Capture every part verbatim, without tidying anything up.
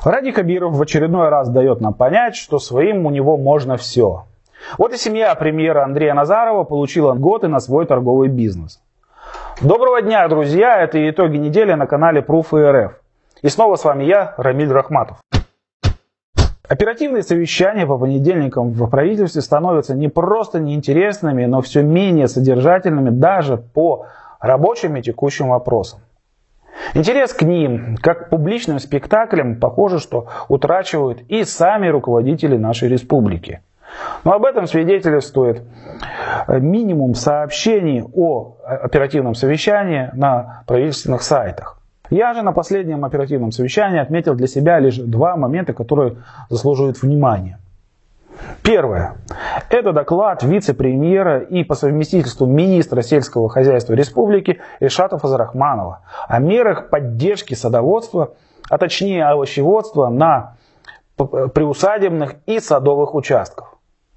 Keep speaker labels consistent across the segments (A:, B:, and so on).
A: Ради Хабиров в очередной раз дает нам понять, что своим у него можно все. Вот и семья премьера Андрея Назарова получила льготы на свой торговый бизнес. Доброго дня, друзья! Это итоги недели на канале Proof.рф. И снова с вами я, Рамиль Рахматов. Оперативные совещания по понедельникам в правительстве становятся не просто неинтересными, но все менее содержательными даже по рабочим и текущим вопросам. Интерес к ним, как к публичным спектаклям, похоже, что утрачивают и сами руководители нашей республики. Но об этом свидетельствует минимум сообщений о оперативном совещании на правительственных сайтах. Я же на последнем оперативном совещании отметил для себя лишь два момента, которые заслуживают внимания. Первое. Это доклад вице-премьера и по совместительству министра сельского хозяйства республики Ильшата Фазарахманова о мерах поддержки садоводства, а точнее овощеводства на приусадебных и садовых участках.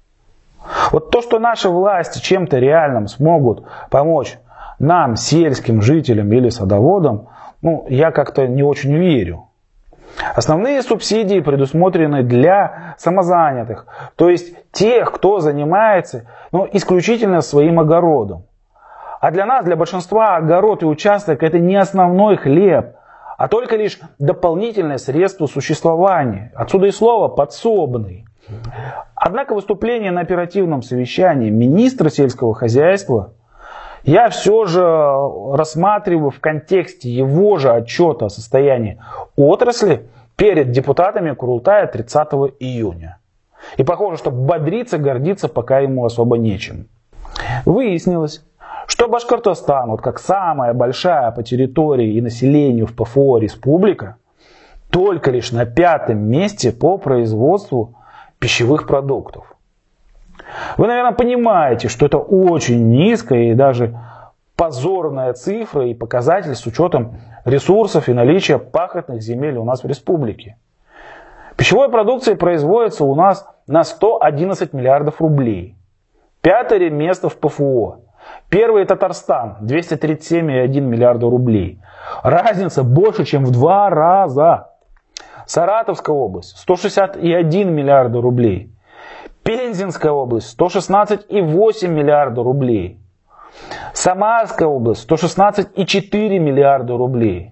A: Вот то, что наши власти чем-то реальным смогут помочь нам, сельским жителям или садоводам, ну, я как-то не очень верю. Основные субсидии предусмотрены для самозанятых, то есть тех, кто занимается ну, исключительно своим огородом. А для нас, для большинства, огород и участок – это не основной хлеб, а только лишь дополнительное средство существования. Отсюда и слово «подсобный». Однако выступление на оперативном совещании министра сельского хозяйства я все же рассматриваю в контексте его же отчета о состоянии отрасли перед депутатами Курултая тридцатого июня. И похоже, что бодриться, гордиться пока ему особо нечем. Выяснилось, что Башкортостан, вот как самая большая по территории и населению в ПФО республика, только лишь на пятом месте по производству пищевых продуктов. Вы, наверное, понимаете, что это очень низкая и даже позорная цифра и показатель с учетом ресурсов и наличия пахотных земель у нас в республике. Пищевой продукции производится у нас на сто одиннадцать миллиардов рублей. Пятое место в ПФО. Первый Татарстан, двести тридцать семь целых одна десятая миллиарда рублей. Разница больше, чем в два раза. Саратовская область, сто шестьдесят один миллиарда рублей. Пензенская область, сто шестнадцать целых восемь десятых миллиарда рублей. Самарская область, сто шестнадцать целых четыре десятых миллиарда рублей.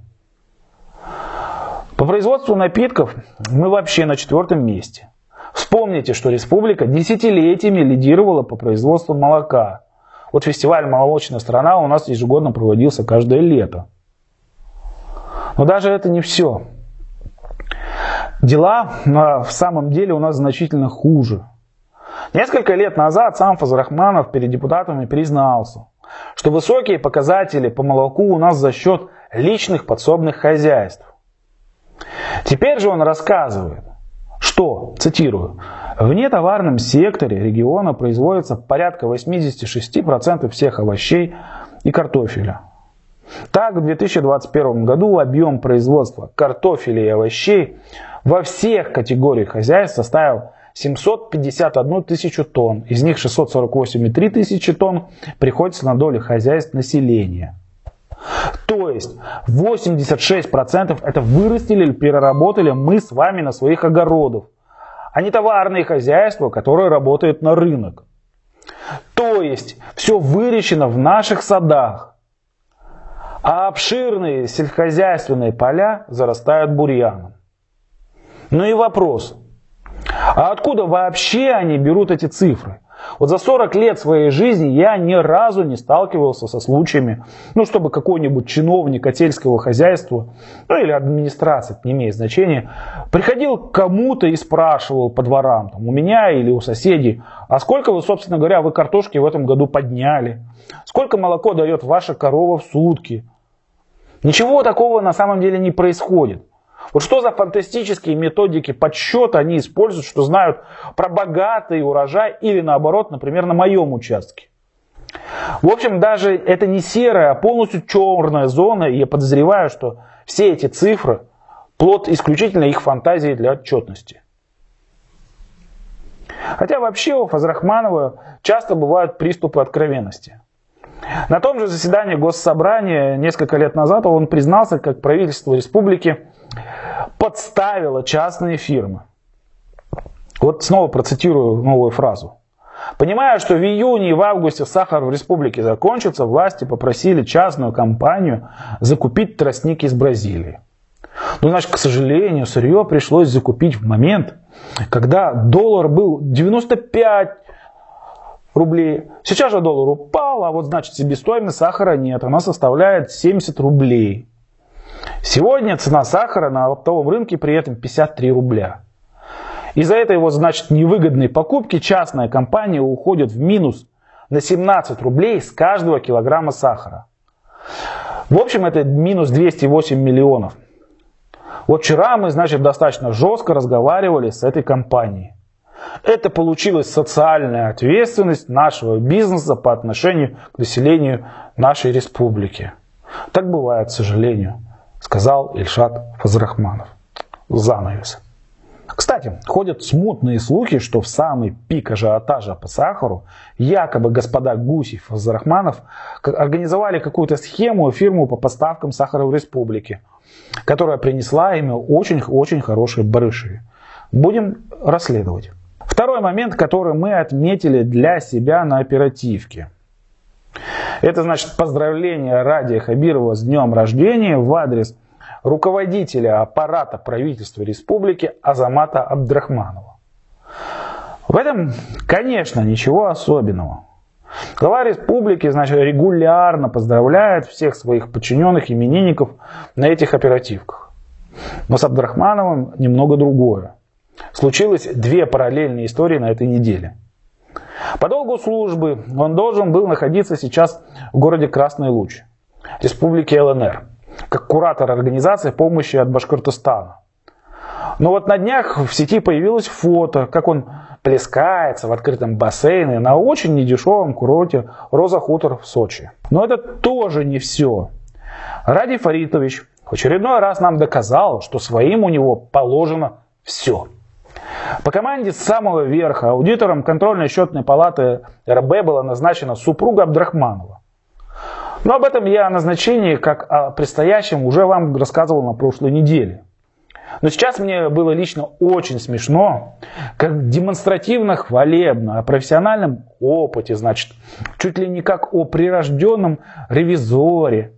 A: По производству напитков мы вообще на четвертом месте. Вспомните, что республика десятилетиями лидировала по производству молока. Вот фестиваль «Молочная страна» у нас ежегодно проводился каждое лето. Но даже это не все. Дела в самом деле у нас значительно хуже. Несколько лет назад сам Фазарахманов перед депутатами признался, что высокие показатели по молоку у нас за счет личных подсобных хозяйств. Теперь же он рассказывает, что, цитирую, в нетоварном секторе региона производится порядка восемьдесят шесть процентов всех овощей и картофеля. Так, в две тысячи двадцать первом году объем производства картофеля и овощей во всех категориях хозяйств составил семьсот пятьдесят одну тысячу тонн. Из них шестьсот сорок восемь целых три десятых тысячи тонн приходится на долю хозяйств населения. То есть восемьдесят шесть процентов это вырастили или переработали мы с вами на своих огородах, а не товарные хозяйства, которые работают на рынок. То есть все выращено в наших садах. А обширные сельскохозяйственные поля зарастают бурьяном. Ну и вопрос. А откуда вообще они берут эти цифры? Вот за сорок лет своей жизни я ни разу не сталкивался со случаями, ну, чтобы какой-нибудь чиновник от сельского хозяйства, ну, или администрации, это не имеет значения, приходил к кому-то и спрашивал по дворам, там, у меня или у соседей, а сколько вы, собственно говоря, вы картошки в этом году подняли? Сколько молоко дает ваша корова в сутки? Ничего такого на самом деле не происходит. Вот что за фантастические методики подсчета они используют, что знают про богатый урожай или наоборот, например, на моем участке. В общем, даже это не серая, а полностью черная зона, и я подозреваю, что все эти цифры плод исключительно их фантазии для отчетности. Хотя вообще у Фазарахманова часто бывают приступы откровенности. На том же заседании Госсобрания несколько лет назад он признался, как правительство республики подставила частные фирмы. Вот снова процитирую новую фразу. Понимая, что в июне и в августе сахар в республике закончится, власти попросили частную компанию закупить тростник из Бразилии. Ну, значит, к сожалению, сырье пришлось закупить в момент, когда доллар был девяносто пять рублей. Сейчас же доллар упал, а вот значит себестоимость сахара нет, она составляет семьдесят рублей. Сегодня цена сахара на оптовом рынке при этом пятьдесят три рубля. Из-за этой вот, значит, невыгодной покупки частная компания уходит в минус на семнадцать рублей с каждого килограмма сахара. В общем, это минус двести восемь миллионов. Вот вчера мы, значит, достаточно жестко разговаривали с этой компанией. Это получилась социальная ответственность нашего бизнеса по отношению к населению нашей республики. Так бывает, к сожалению, сказал Ильшат Фазрахманов. Занавес. Кстати, ходят смутные слухи, что в самый пик ажиотажа по сахару якобы господа Гусев и Фазрахманов организовали какую-то схему, фирму по поставкам сахара в республике, которая принесла им очень-очень хорошие барыши. Будем расследовать. Второй момент, который мы отметили для себя на оперативке. Это, значит, поздравление Радия Хабирова с днем рождения в адрес руководителя аппарата правительства республики Азамата Абдрахманова. В этом, конечно, ничего особенного. Глава республики, значит, регулярно поздравляет всех своих подчиненных именинников на этих оперативках. Но с Абдрахмановым немного другое. Случилось две параллельные истории на этой неделе. По долгу службы он должен был находиться сейчас в городе Красный Луч, республики ЛНР, как куратор организации помощи от Башкортостана. Но вот на днях в сети появилось фото, как он плескается в открытом бассейне на очень недешевом курорте Роза Хутор в Сочи. Но это тоже не все. Радий Фаритович в очередной раз нам доказал, что своим у него положено все. По команде с самого верха аудитором контрольно-счетной палаты эр бэ была назначена супруга Абдрахманова. Но об этом я о назначении, как о предстоящем, уже вам рассказывал на прошлой неделе. Но сейчас мне было лично очень смешно, как демонстративно хвалебно о профессиональном опыте, значит, чуть ли не как о прирожденном ревизоре,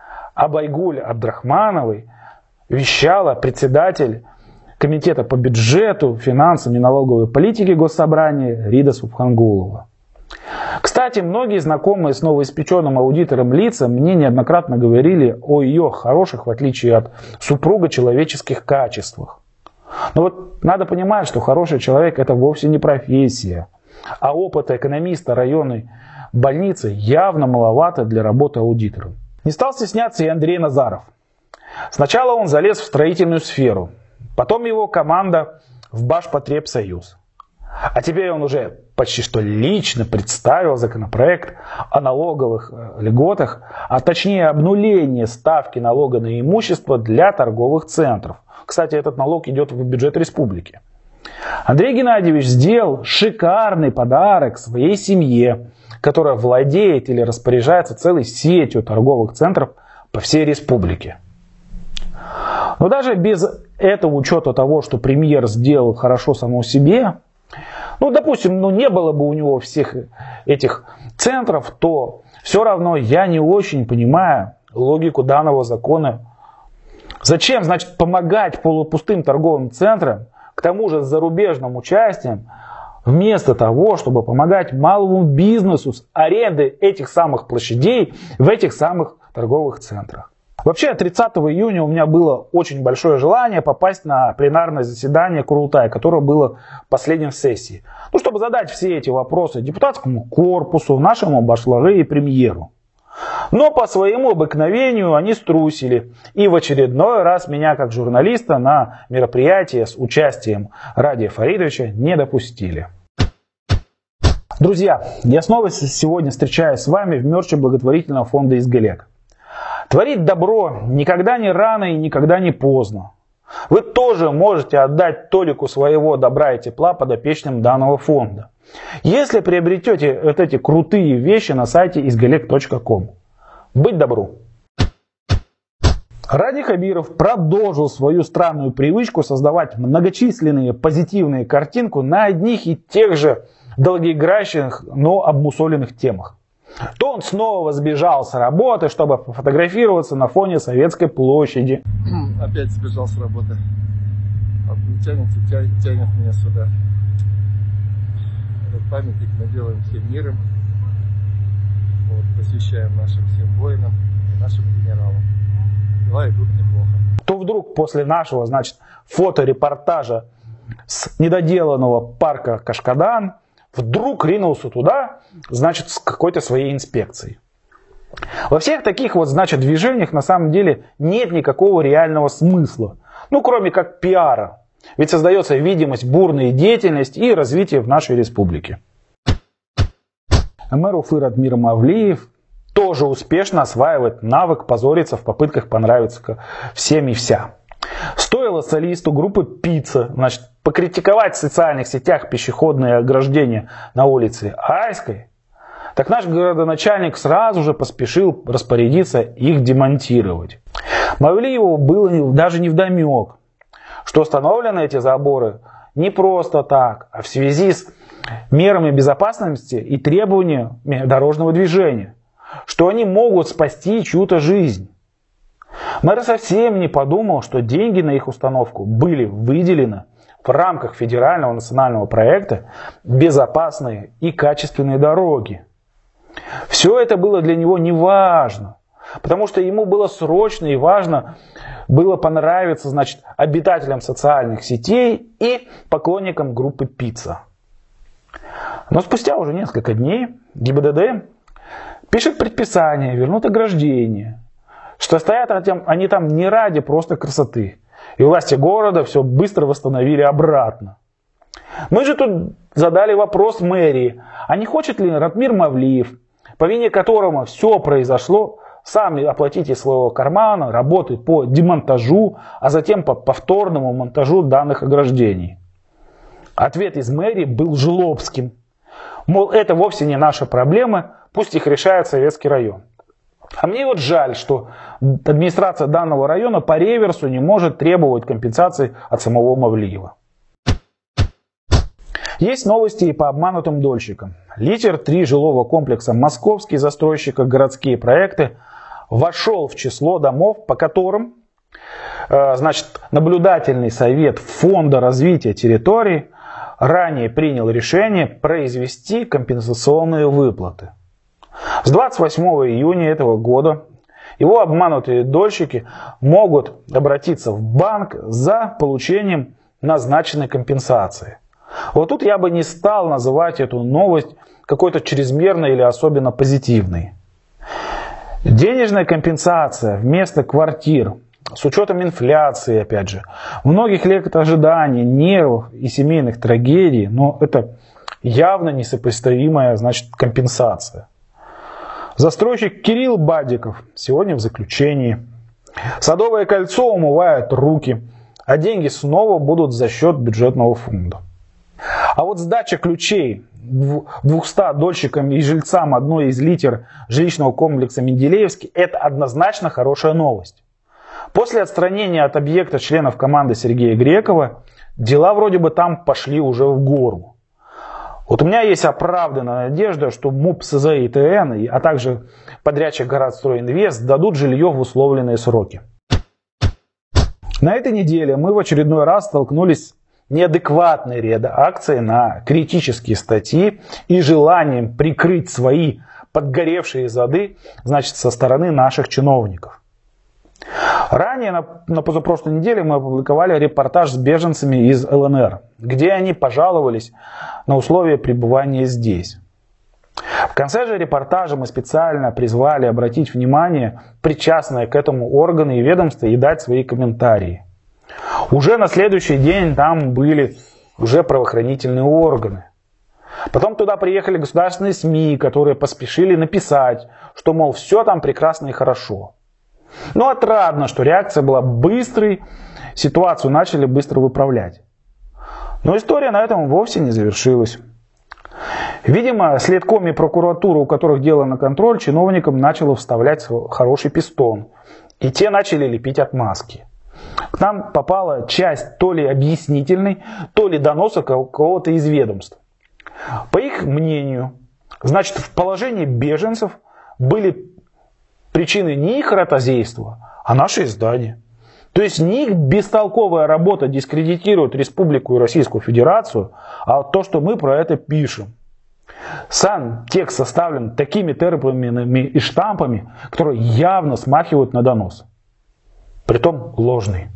A: об Айгуле Абдрахмановой вещала председатель Комитета по бюджету, финансам и налоговой политике Госсобрания Рида Субхангулова. Кстати, многие знакомые с новоиспеченным аудитором лица мне неоднократно говорили о ее хороших, в отличие от супруга, человеческих качествах. Но вот надо понимать, что хороший человек – это вовсе не профессия, а опыта экономиста районной больницы явно маловато для работы аудитором. Не стал стесняться и Андрей Назаров. Сначала он залез в строительную сферу, потом его команда в Башпотребсоюз. А теперь он уже почти что лично представил законопроект о налоговых льготах, а точнее обнулении ставки налога на имущество для торговых центров. Кстати, этот налог идет в бюджет республики. Андрей Геннадьевич сделал шикарный подарок своей семье, которая владеет или распоряжается целой сетью торговых центров по всей республике. Но даже без этого учета того, что премьер сделал хорошо самому себе, ну, допустим, ну, не было бы у него всех этих центров, то все равно я не очень понимаю логику данного закона. Зачем, значит, помогать полупустым торговым центрам, к тому же с зарубежным участием, вместо того, чтобы помогать малому бизнесу с арендой этих самых площадей в этих самых торговых центрах? Вообще, тридцатого июня у меня было очень большое желание попасть на пленарное заседание Курултая, которое было последним в сессии. Ну, чтобы задать все эти вопросы депутатскому корпусу, нашему башлары и премьеру. Но по своему обыкновению они струсили. И в очередной раз меня, как журналиста, на мероприятие с участием Радия Фаритовича не допустили. Друзья, я снова сегодня встречаюсь с вами в мерче благотворительного фонда «Изгалек». Творить добро никогда не рано и никогда не поздно. Вы тоже можете отдать толику своего добра и тепла подопечным данного фонда, если приобретете вот эти крутые вещи на сайте изгалек точка ком. Быть добру! Ради Хабиров продолжил свою странную привычку создавать многочисленные позитивные картинки на одних и тех же долгоиграющих, но обмусоленных темах. То он снова сбежал с работы, чтобы пофотографироваться на фоне Советской площади.
B: Опять сбежал с работы. Тянет, тянет, тянет меня сюда. Этот памятник мы делаем всем миром. Вот, посвящаем нашим всем воинам и нашим генералам. Дела идут неплохо.
A: То вдруг после нашего, значит, фоторепортажа с недоделанного парка Кашкадан вдруг ринулся туда, значит, с какой-то своей инспекцией. Во всех таких вот, значит, движениях на самом деле нет никакого реального смысла. Ну, кроме как пиара. Ведь создается видимость бурной деятельности и развития в нашей республике. Мэр Уфы Ратмир Мавлиев тоже успешно осваивает навык позориться в попытках понравиться всем и вся. Стоило солисту группы «Пицца», значит, покритиковать в социальных сетях пешеходные ограждения на улице Айской, так наш городоначальник сразу же поспешил распорядиться их демонтировать. Мавлиеву было даже невдомек, что установлены эти заборы не просто так, а в связи с мерами безопасности и требованиями дорожного движения, что они могут спасти чью-то жизнь. Мэр совсем не подумал, что деньги на их установку были выделены в рамках федерального национального проекта «Безопасные и качественные дороги». Все это было для него неважно, потому что ему было срочно и важно было понравиться, значит, обитателям социальных сетей и поклонникам группы «Пицца». Но спустя уже несколько дней ГИБДД пишет предписание вернуть ограждение, что стоят они там не ради просто красоты. И власти города все быстро восстановили обратно. Мы же тут задали вопрос мэрии, а не хочет ли Ратмир Мавлиев, по вине которого все произошло, сам оплатить из своего кармана работы по демонтажу, а затем по повторному монтажу данных ограждений. Ответ из мэрии был жлобским. Мол, это вовсе не наша проблема, пусть их решает Советский район. А мне вот жаль, что администрация данного района по реверсу не может требовать компенсации от самого Мавлиева. Есть новости и по обманутым дольщикам. Литер три жилого комплекса «Московский застройщик и городские проекты» вошел в число домов, по которым э, значит, наблюдательный совет Фонда развития территорий ранее принял решение произвести компенсационные выплаты. С двадцать восьмого июня этого года его обманутые дольщики могут обратиться в банк за получением назначенной компенсации. Вот тут я бы не стал называть эту новость какой-то чрезмерной или особенно позитивной. Денежная компенсация вместо квартир, с учетом инфляции, опять же, многих лет ожиданий, нервов и семейных трагедий, но это явно несопоставимая, значит, компенсация. Застройщик Кирилл Бадиков сегодня в заключении. Садовое кольцо умывает руки, а деньги снова будут за счет бюджетного фонда. А вот сдача ключей двухстам дольщикам и жильцам одной из литер жилищного комплекса Менделеевский – это однозначно хорошая новость. После отстранения от объекта членов команды Сергея Грекова дела вроде бы там пошли уже в гору. Вот у меня есть оправданная надежда, что МУП СЗ и ТН, а также подрядчик Городстройинвест дадут жилье в условленные сроки. На этой неделе мы в очередной раз столкнулись с неадекватной реакцией на критические статьи и желанием прикрыть свои подгоревшие зады, значит, со стороны наших чиновников. Ранее, на, на позапрошлой неделе, мы опубликовали репортаж с беженцами из ЛНР, где они пожаловались на условия пребывания здесь. В конце же репортажа мы специально призвали обратить внимание причастные к этому органы и ведомства и дать свои комментарии. Уже на следующий день там были уже правоохранительные органы. Потом туда приехали государственные СМИ, которые поспешили написать, что, мол, все там прекрасно и хорошо. Но отрадно, что реакция была быстрой, ситуацию начали быстро выправлять. Но история на этом вовсе не завершилась. Видимо, следком и прокуратура, у которых дело на контроль, чиновникам начало вставлять хороший пистон и те начали лепить отмазки. К нам попала часть то ли объяснительной, то ли доноса кого-то из ведомств. По их мнению, значит, в положении беженцев были причины не их ротозейства, а наше издание. То есть не их бестолковая работа дискредитирует Республику и Российскую Федерацию, а то, что мы про это пишем. Сам текст составлен такими терминами и штампами, которые явно смахивают на донос. Притом ложный.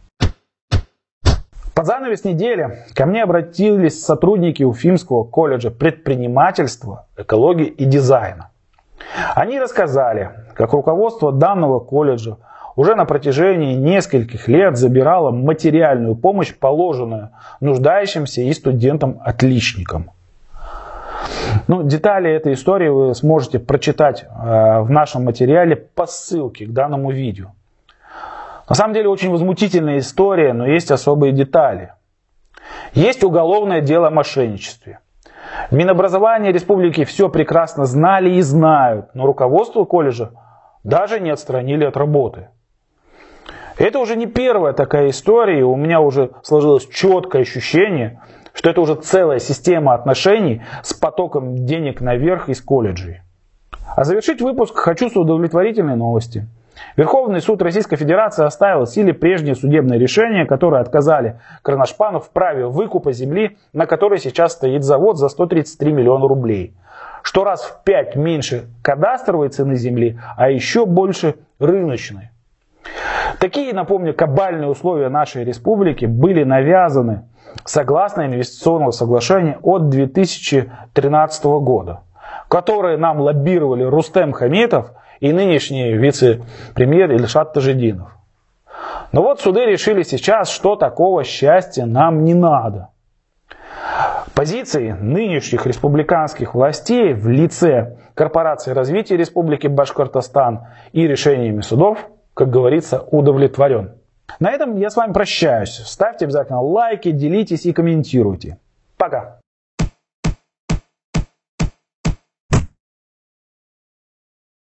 A: Под занавес недели ко мне обратились сотрудники Уфимского колледжа предпринимательства, экологии и дизайна. Они рассказали, как руководство данного колледжа уже на протяжении нескольких лет забирало материальную помощь, положенную нуждающимся и студентам-отличникам. Ну, детали этой истории вы сможете прочитать э, в нашем материале по ссылке к данному видео. На самом деле очень возмутительная история, но есть особые детали. Есть уголовное дело о мошенничестве. Минобразование республики все прекрасно знали и знают, но руководство колледжа даже не отстранили от работы. Это уже не первая такая история, и у меня уже сложилось четкое ощущение, что это уже целая система отношений с потоком денег наверх из колледжей. А завершить выпуск хочу с удовлетворительной новости. Верховный суд Российской Федерации оставил в силе прежнее судебное решение, которое отказали Кроношпану в праве выкупа земли, на которой сейчас стоит завод за сто тридцать три миллиона рублей. Что раз в пять меньше кадастровой цены земли, а еще больше рыночной. Такие, напомню, кабальные условия нашей республики были навязаны согласно инвестиционного соглашения от две тысячи тринадцатого года, которые нам лоббировали Рустем Хамитов и нынешний вице-премьер Ильшат Тажидинов. Но вот суды решили сейчас, что такого счастья нам не надо. Позиции нынешних республиканских властей в лице Корпорации развития Республики Башкортостан и решениями судов, как говорится, удовлетворен. На этом я с вами прощаюсь. Ставьте обязательно лайки, делитесь и комментируйте. Пока!